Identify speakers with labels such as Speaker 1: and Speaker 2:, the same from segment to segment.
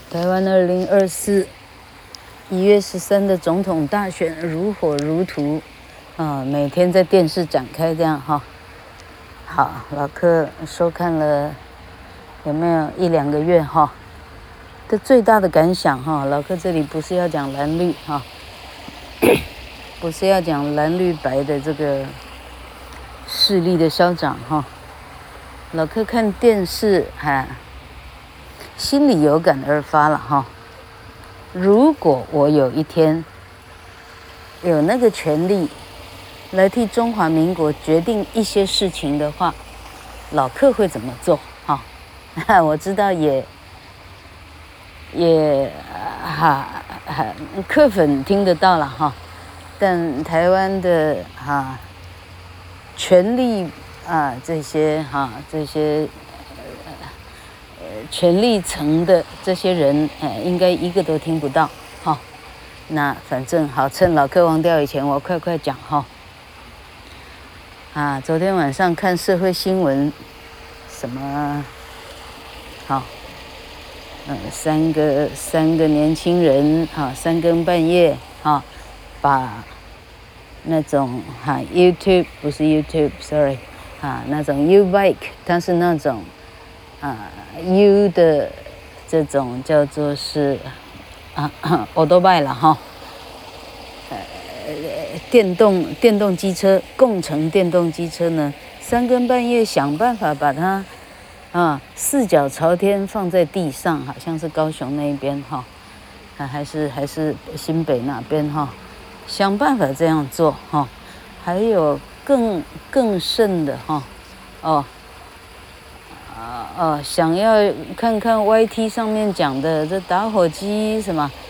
Speaker 1: 台湾2024 1月13的总统大选如火如荼啊，每天在电视展开这样哈。好，老客收看了有没有1-2个月哈？的最大的感想哈，老客这里不是要讲蓝绿哈，不是要讲蓝绿白的这个势力的消长哈。老客看电视心里有感而发了哈。如果我有一天有那个权利来替中华民国决定一些事情的话，老客会怎么做哈？我知道客粉听得到了哈，但台湾的权力这些权力层的这些人应该一个都听不到哈。那反正好，趁老客忘掉以前，我快讲哈。昨天晚上看社会新闻，什么好，3个年轻人3更半夜把那种YouTube 不是 YouTube，sorry 那种 U-Bike， 它是那种U 的这种叫做是Autobike 了哈，电动机车，共乘电动机车呢，3更半夜想办法把它4脚朝天放在地上，好像是高雄那边哈，还是新北那边哈，想办法这样做哈。还有更甚的哈，想要看看 YT 上面讲的这打火机什么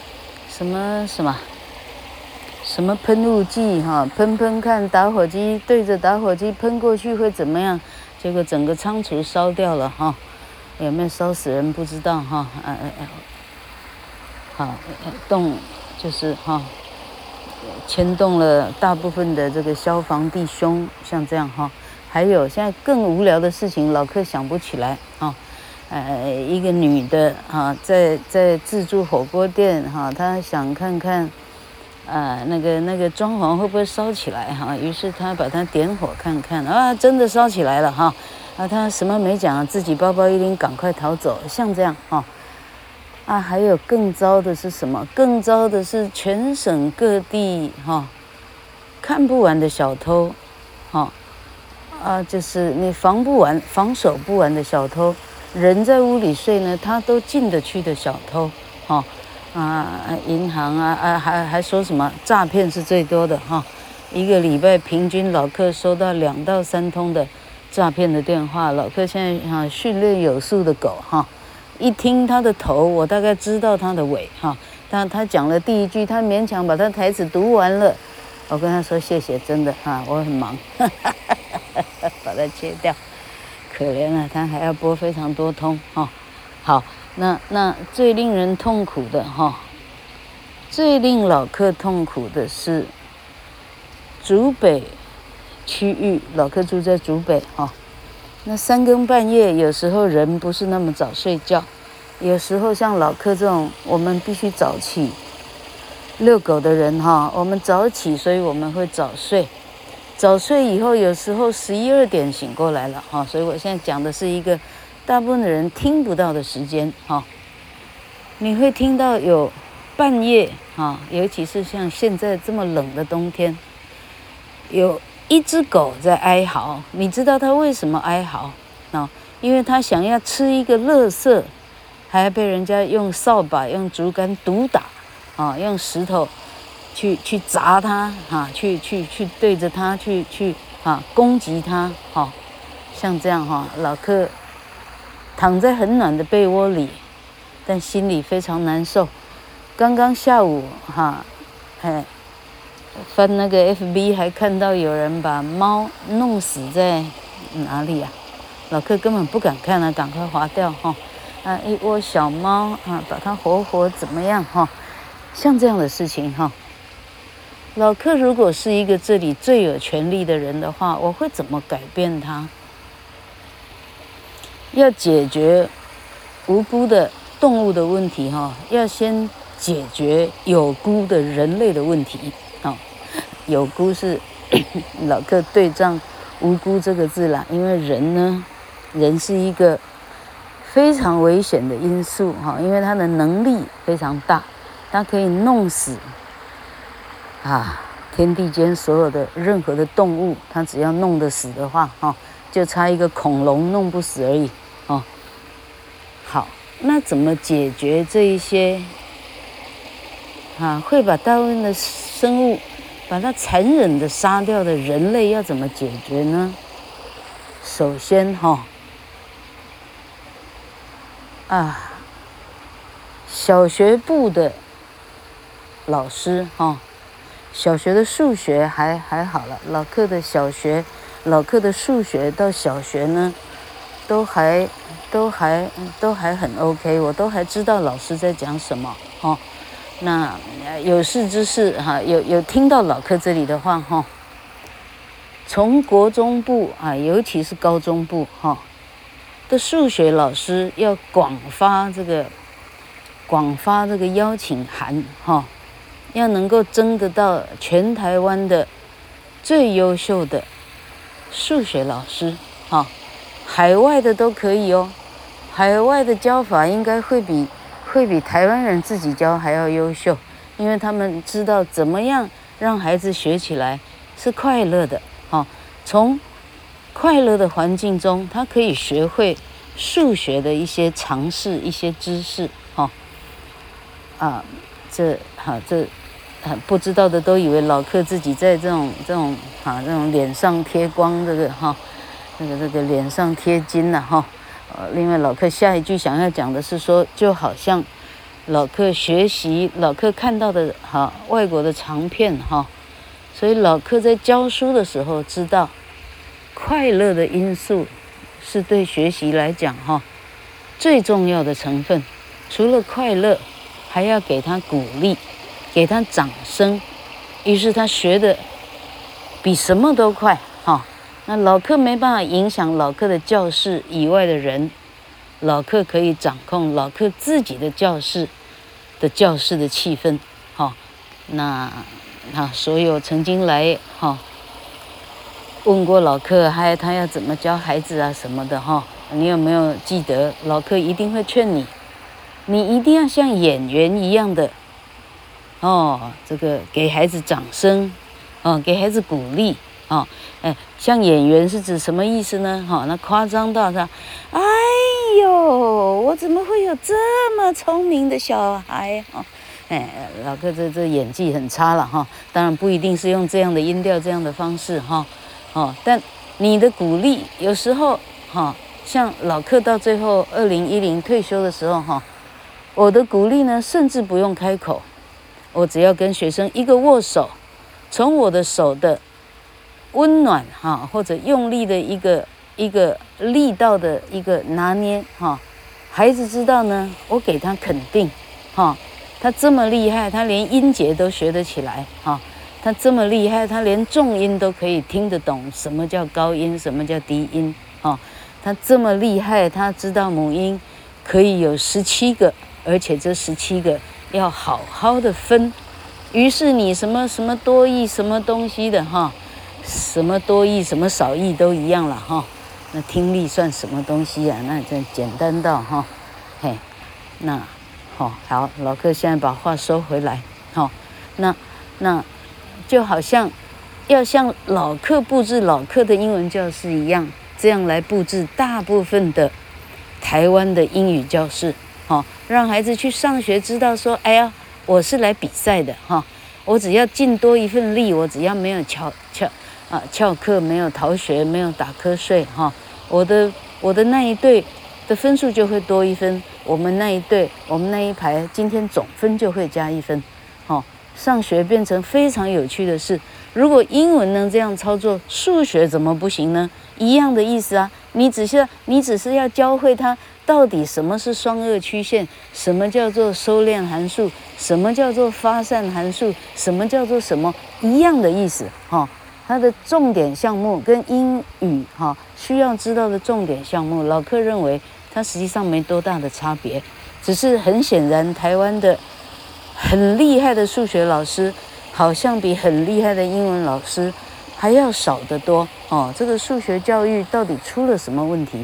Speaker 1: 喷雾剂喷看打火机对着打火机喷过去会怎么样？结果整个仓储烧掉了哈，有没有烧死人不知道哈？就是牵动了大部分的这个消防弟兄，像这样哈。还有现在更无聊的事情，老客想不起来一个女的在自助火锅店她想看看那个装潢会不会烧起来于是她把它点火看看真的烧起来了她什么没讲，自己包包一拎赶快逃走，像这样还有更糟的是什么？更糟的是全省各地看不完的小偷就是你防守不完的小偷，人在屋里睡呢，他都进得去的小偷银行还说什么诈骗是最多的一个礼拜平均老客收到2到3通的诈骗的电话。老客现在训练有素的狗一听他的头，我大概知道他的尾他讲了第一句，他勉强把他台词读完了，我跟他说谢谢，真的我很忙把它切掉，可怜了，他还要拨非常多通好，那最令人痛苦的最令老客痛苦的是竹北区域，老客住在竹北那3更半夜，有时候人不是那么早睡觉，有时候像老客这种我们必须早起遛狗的人我们早起，所以我们会早睡。早睡以后，有时候11、2点醒过来了所以我现在讲的是一个大部分的人听不到的时间你会听到有半夜尤其是像现在这么冷的冬天，有一只狗在哀嚎。你知道它为什么哀嚎因为它想要吃一个垃圾，还被人家用扫把、用竹竿毒打用石头去砸它去对着它去攻击它像这样老客躺在很暖的被窝里，但心里非常难受。刚刚下午翻那个 FB 还看到有人把猫弄死在哪里老客根本不敢看赶快划掉一窝小猫把它活怎么样像这样的事情老客如果是一个这里最有权力的人的话，我会怎么改变它？要解决无辜的动物的问题哈，要先解决有辜的人类的问题。有辜是老客对仗无辜这个字啦，因为人呢，人是一个非常危险的因素哈，因为他的能力非常大，他可以弄死天地间所有的任何的动物，他只要弄得死的话就差一个恐龙弄不死而已好，那怎么解决这一些会把大部分的生物把它残忍的杀掉的人类要怎么解决呢？首先小学部的老师小学的数学还好了，老课的小学、老课的数学到小学呢，都还很 OK， 我都还知道老师在讲什么那有识之士有听到老课这里的话从国中部尤其是高中部的数学老师要广发这个邀请函要能够征得到全台湾的最优秀的数学老师海外的都可以海外的教法应该会比台湾人自己教还要优秀，因为他们知道怎么样让孩子学起来是快乐的从快乐的环境中，他可以学会数学的一些常识、一些知识这不知道的都以为老客自己在这种脸上贴光这个脸上贴金另外老客下一句想要讲的是说，就好像老客学习老客看到的外国的长片所以老客在教书的时候知道快乐的因素是对学习来讲最重要的成分，除了快乐还要给他鼓励，给他掌声，于是他学的比什么都快那老客没办法影响老客的教室以外的人，老客可以掌控老客自己的教室的气氛那所有曾经来问过老客他要怎么教孩子什么的你有没有记得老客一定会劝你一定要像演员一样的这个给孩子掌声给孩子鼓励像演员是指什么意思呢那夸张到他哎呦我怎么会有这么聪明的小孩老客这演技很差了当然不一定是用这样的音调这样的方式但你的鼓励有时候像老客到最后2010退休的时候我的鼓励呢甚至不用开口，我只要跟学生一个握手，从我的手的温暖或者用力的一个力道的一个拿捏孩子知道呢，我给他肯定他这么厉害，他连音节都学得起来他这么厉害，他连重音都可以听得懂什么叫高音，什么叫低音他这么厉害，他知道母音可以有17个，而且这17个要好好的分。于是你什么多义什么东西的什么多义什么少义都一样了那听力算什么东西那真简单到那好，老客现在把话收回来那就好像要像老客布置老客的英文教室一样，这样来布置大部分的台湾的英语教室让孩子去上学知道说，哎呀，我是来比赛的我只要尽多一份力，我只要没有翘课，没有逃学，没有打瞌睡我的那一队的分数就会多1分，我们那一队，我们那一排今天总分就会加1分上学变成非常有趣的事。如果英文能这样操作，数学怎么不行呢？一样的意思你只是要教会他到底什么是双二曲线，什么叫做收敛函数，什么叫做发散函数，什么叫做什么，一样的意思它的重点项目跟英语需要知道的重点项目，老客认为它实际上没多大的差别。 只是很显然，台湾的很厉害的数学老师，好像比很厉害的英文老师还要少得多哦。这个数学教育到底出了什么问题？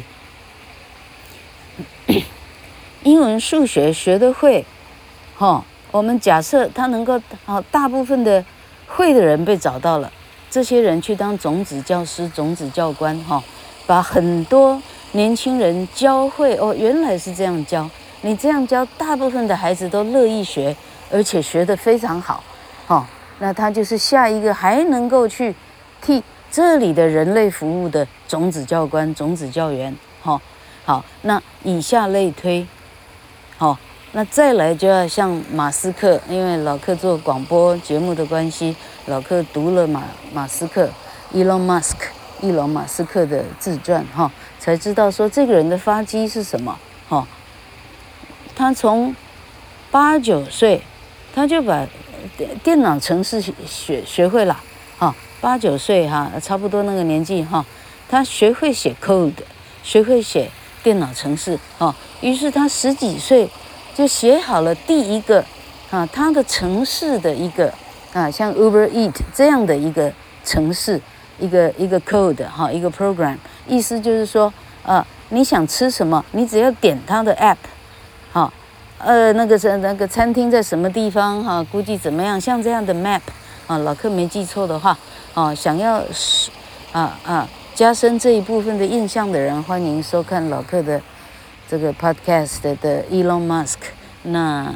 Speaker 1: 英文、数学学得会，我们假设他能够，大部分的会的人被找到了，这些人去当种子教师、种子教官，把很多年轻人教会。原来是这样教，你这样教，大部分的孩子都乐意学，而且学得非常好，那他就是下一个还能够去替这里的人类服务的种子教官、种子教员，好，那以下类推。那再来就要像马斯克，因为老克做广播节目的关系，老克读了马斯克 Elon Musk 伊隆马斯克的自传，才知道说这个人的发迹是什么。他从8、9岁，他就把电脑程式学会了。8、9岁差不多那个年纪他学会写 code， 学会写电脑程式。于是他10几岁就写好了第一个他的程式的一个像 Uber Eat 这样的一个程式，一个 code 一个 program， 意思就是说你想吃什么，你只要点他的 app， 那个餐厅在什么地方估计怎么样，像这样的 map 老克没记错的话想要加深这一部分的印象的人，欢迎收看老克的这个 podcast 的 Elon Musk， 那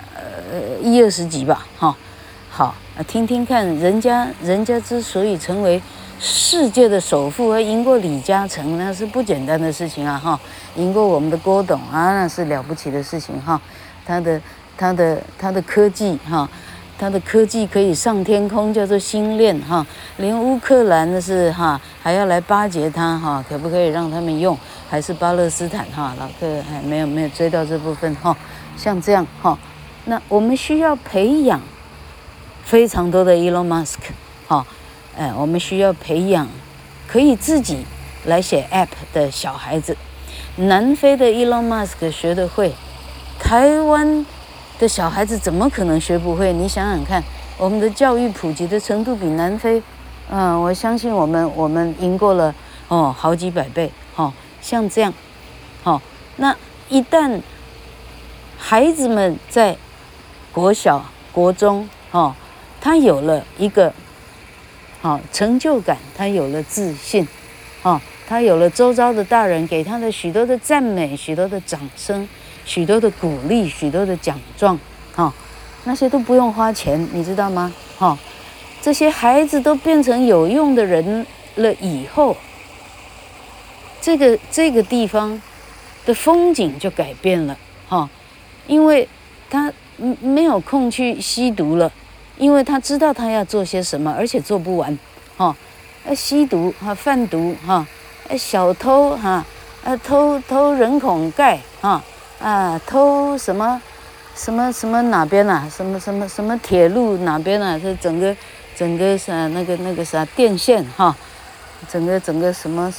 Speaker 1: 20集吧，好，听听看，人家之所以成为世界的首富，而赢过李嘉诚，那是不简单的事情赢过我们的郭董那是了不起的事情他的科技他的科技可以上天空，叫做星链连乌克兰的是还要来巴结他可不可以让他们用？还是巴勒斯坦老克还没有追到这部分像这样那我们需要培养非常多的 Elon Musk 我们需要培养可以自己来写 app 的小孩子。南非的 Elon Musk 学得会，台湾的小孩子怎么可能学不会？你想想看，我们的教育普及的程度比南非，我相信我们赢过了好几百倍像这样那一旦孩子们在国小、国中他有了一个成就感，他有了自信他有了周遭的大人给他的许多的赞美、许多的掌声、许多的鼓励、许多的奖状那些都不用花钱，你知道吗这些孩子都变成有用的人了以后，这个地方的风景就改变了因为他没有空去吸毒了，因为他知道他要做些什么，而且做不完吸毒贩毒小偷偷人孔盖偷什么哪边什么铁路哪边这整个那个啥电线整个什么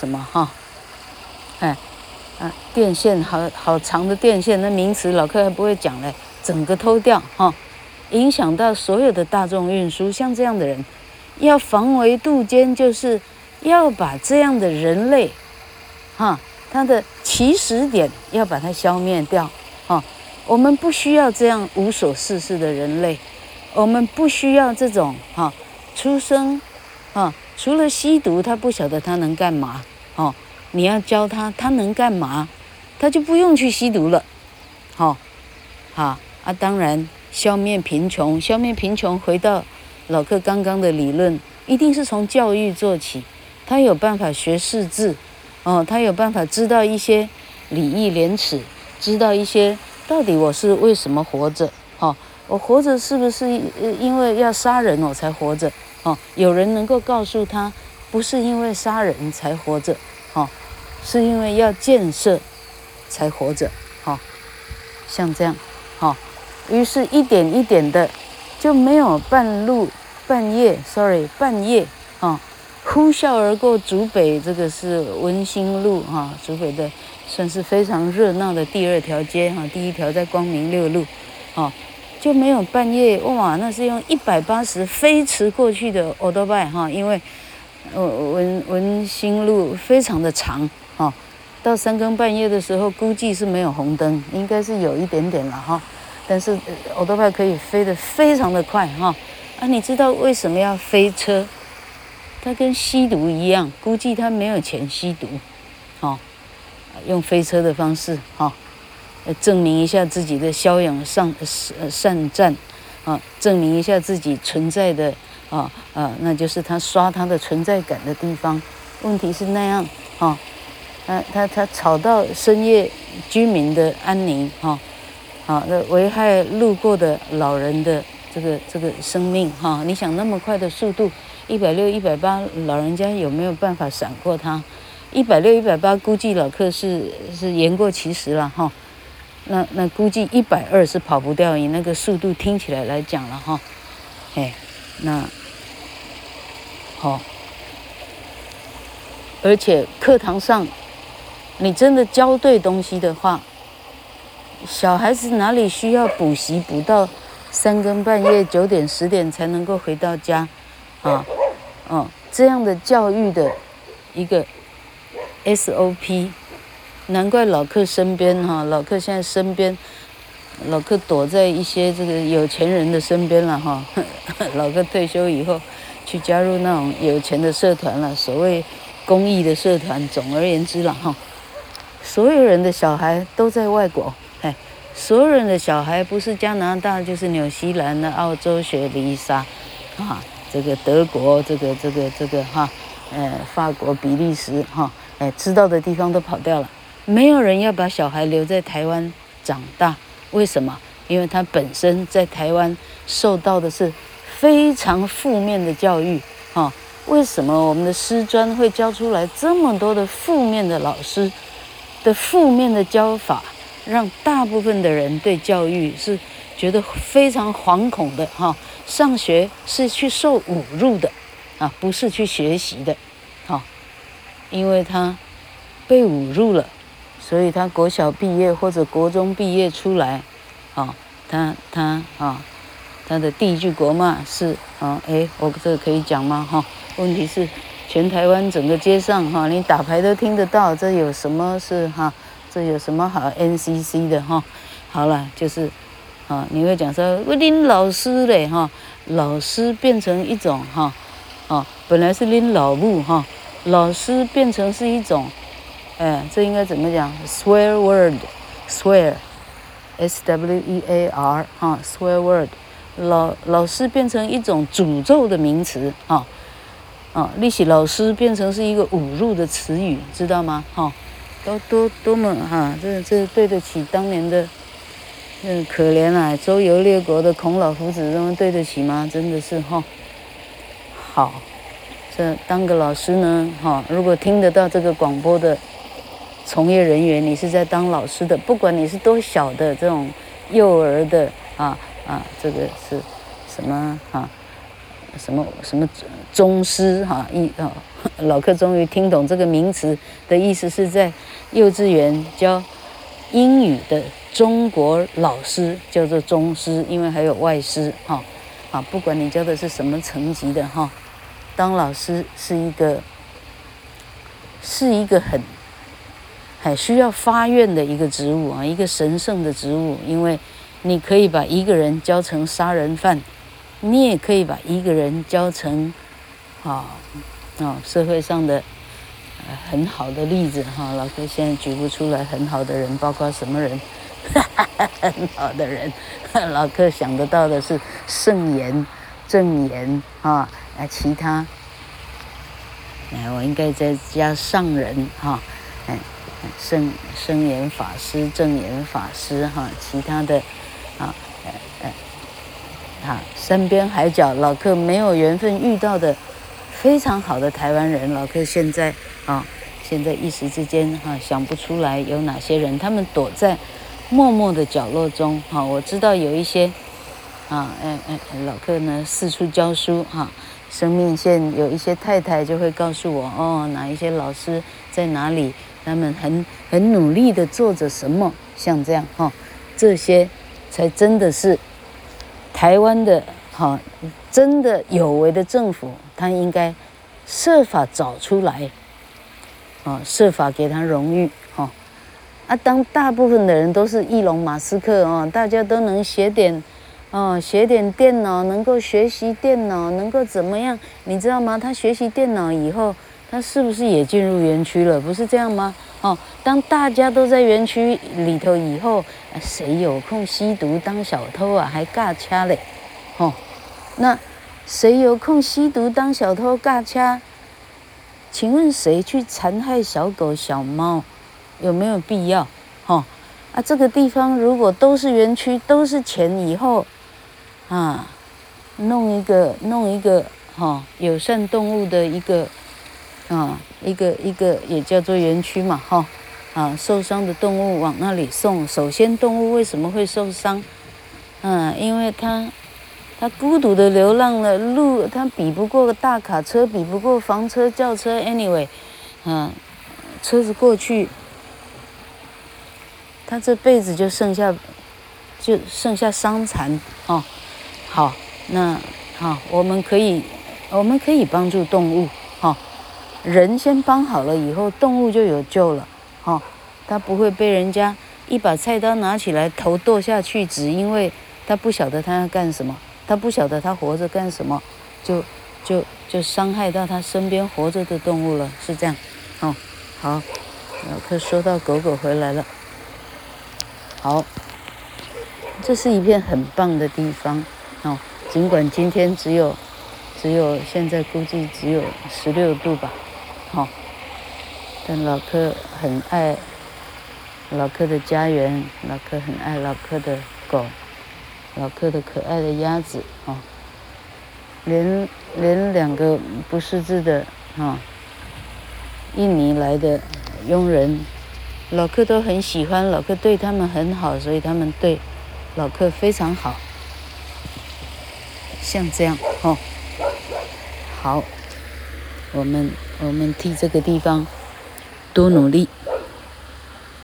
Speaker 1: 电线好长的电线，那名词老克还不会讲嘞，整个偷掉影响到所有的大众运输。像这样的人要防微杜渐，就是要把这样的人类他的起始点要把它消灭掉我们不需要这样无所事事的人类，我们不需要这种出生除了吸毒他不晓得他能干嘛你要教他能干嘛，他就不用去吸毒了当然消灭贫穷回到老克刚刚的理论，一定是从教育做起。他有办法学识字他有办法知道一些礼义廉耻，知道一些到底我是为什么活着我活着是不是因为要杀人我才活着有人能够告诉他不是因为杀人才活着是因为要建设才活着像这样于是一点一点的就没有半夜呼啸而过竹北，这个是文心路竹北的算是非常热闹的第二条街哈，第一条在光明六路，哦，就没有半夜哇，那是用180飞驰过去的欧多拜哈，因为文心路非常的长哈，到3更半夜的时候估计是没有红灯，应该是有一点点了哈，但是欧多拜可以飞得非常的快哈。啊，你知道为什么要飞车？它跟吸毒一样，估计他没有钱吸毒，哦，用飞车的方式，哈，证明一下自己的骁勇善战，啊，证明一下自己存在的，那就是他刷他的存在感的地方。问题是那样，哈，他吵到深夜居民的安宁，哈，那危害路过的老人的这个生命，哈，你想那么快的速度，160、180，老人家有没有办法闪过他？160、180，估计老客是言过其实了哈。那估计120是跑不掉，以那个速度听起来来讲了哈。哎，那好，而且课堂上你真的教对东西的话，小孩子哪里需要补习补到3更半夜9点10点才能够回到家啊？这样的教育的一个 SOP， 难怪老客身边哈，老客现在身边，老客躲在一些这个有钱人的身边了哈。老客退休以后去加入那种有钱的社团了，所谓公益的社团。总而言之了哈，所有人的小孩都在外国，所有人的小孩不是加拿大就是纽西兰的、澳洲、雪梨沙啊。这个德国，这个哈，法国、比利时哈，知道的地方都跑掉了，没有人要把小孩留在台湾长大。为什么？因为他本身在台湾受到的是非常负面的教育哈。为什么我们的师专会教出来这么多的负面的老师的负面的教法，让大部分的人对教育是觉得非常惶恐的哈。上学是去受侮辱的啊，不是去学习的，因为他被侮辱了，所以他国小毕业或者国中毕业出来，他的第一句国骂是我这个可以讲吗？问题是全台湾整个街上你打牌都听得到，这有什么是这有什么好 NCC 的好了，就是你会讲说恁老师嘞老师变成一种本来是恁老母老师变成是一种这应该怎么讲 swear word swear SWEAR swear word 老师变成一种诅咒的名词历史老师变成是一个侮辱的词语，知道吗多么这对得起当年的可怜啊，周游列国的孔老夫子，这么对得起吗？真的是好，这当个老师呢如果听得到这个广播的从业人员，你是在当老师的，不管你是多小的这种幼儿的这个是什么什么宗师老客终于听懂这个名词的意思，是在幼稚园教英语的中国老师叫做中师，因为还有外师不管你教的是什么层级的当老师是一个很需要发愿的一个职务一个神圣的职务，因为你可以把一个人教成杀人犯，你也可以把一个人教成社会上的很好的例子老哥现在举不出来很好的人，包括什么人很好的人，老哥想得到的是圣言、正言其他我应该再加上人圣言法师、正言法师其他的山边海角老客没有缘分遇到的非常好的台湾人，老客现在一时之间想不出来有哪些人，他们躲在默默的角落中我知道有一些老客呢四处教书生命线有一些太太就会告诉我哪一些老师在哪里他们很努力的做着什么，像这样哈，这些才真的是台湾的哈，真的有为的政府，他应该设法找出来，设法给他荣誉哈。当大部分的人都是伊隆马斯克大家都能写点电脑，能够学习电脑，能够怎么样？你知道吗？他学习电脑以后，他是不是也进入园区了？不是这样吗？当大家都在园区里头以后，谁有空吸毒当小偷啊？还尬掐嘞，那谁有空吸毒当小偷尬掐？请问谁去残害小狗小猫？有没有必要？这个地方如果都是园区，都是钱以后。弄一个友善动物的一个也叫做园区嘛受伤的动物往那里送。首先动物为什么会受伤？因为它孤独的流浪了，路它比不过大卡车，比不过房车轿车 anyway 车子过去，它这辈子就剩下伤残好，那我们可以帮助动物人先帮好了以后，动物就有救了它不会被人家一把菜刀拿起来头剁下去，只因为他不晓得他要干什么，他不晓得他活着干什么，就伤害到他身边活着的动物了，是这样好，老柯说到狗狗回来了，好，这是一片很棒的地方尽管今天只有现在估计只有16度吧但老柯很爱老柯的家园，老柯很爱老柯的狗，老柯的可爱的鸭子连2个不识字的印尼来的佣人，老柯都很喜欢，老柯对他们很好，所以他们对老柯非常好，像这样好，我们替这个地方多努力。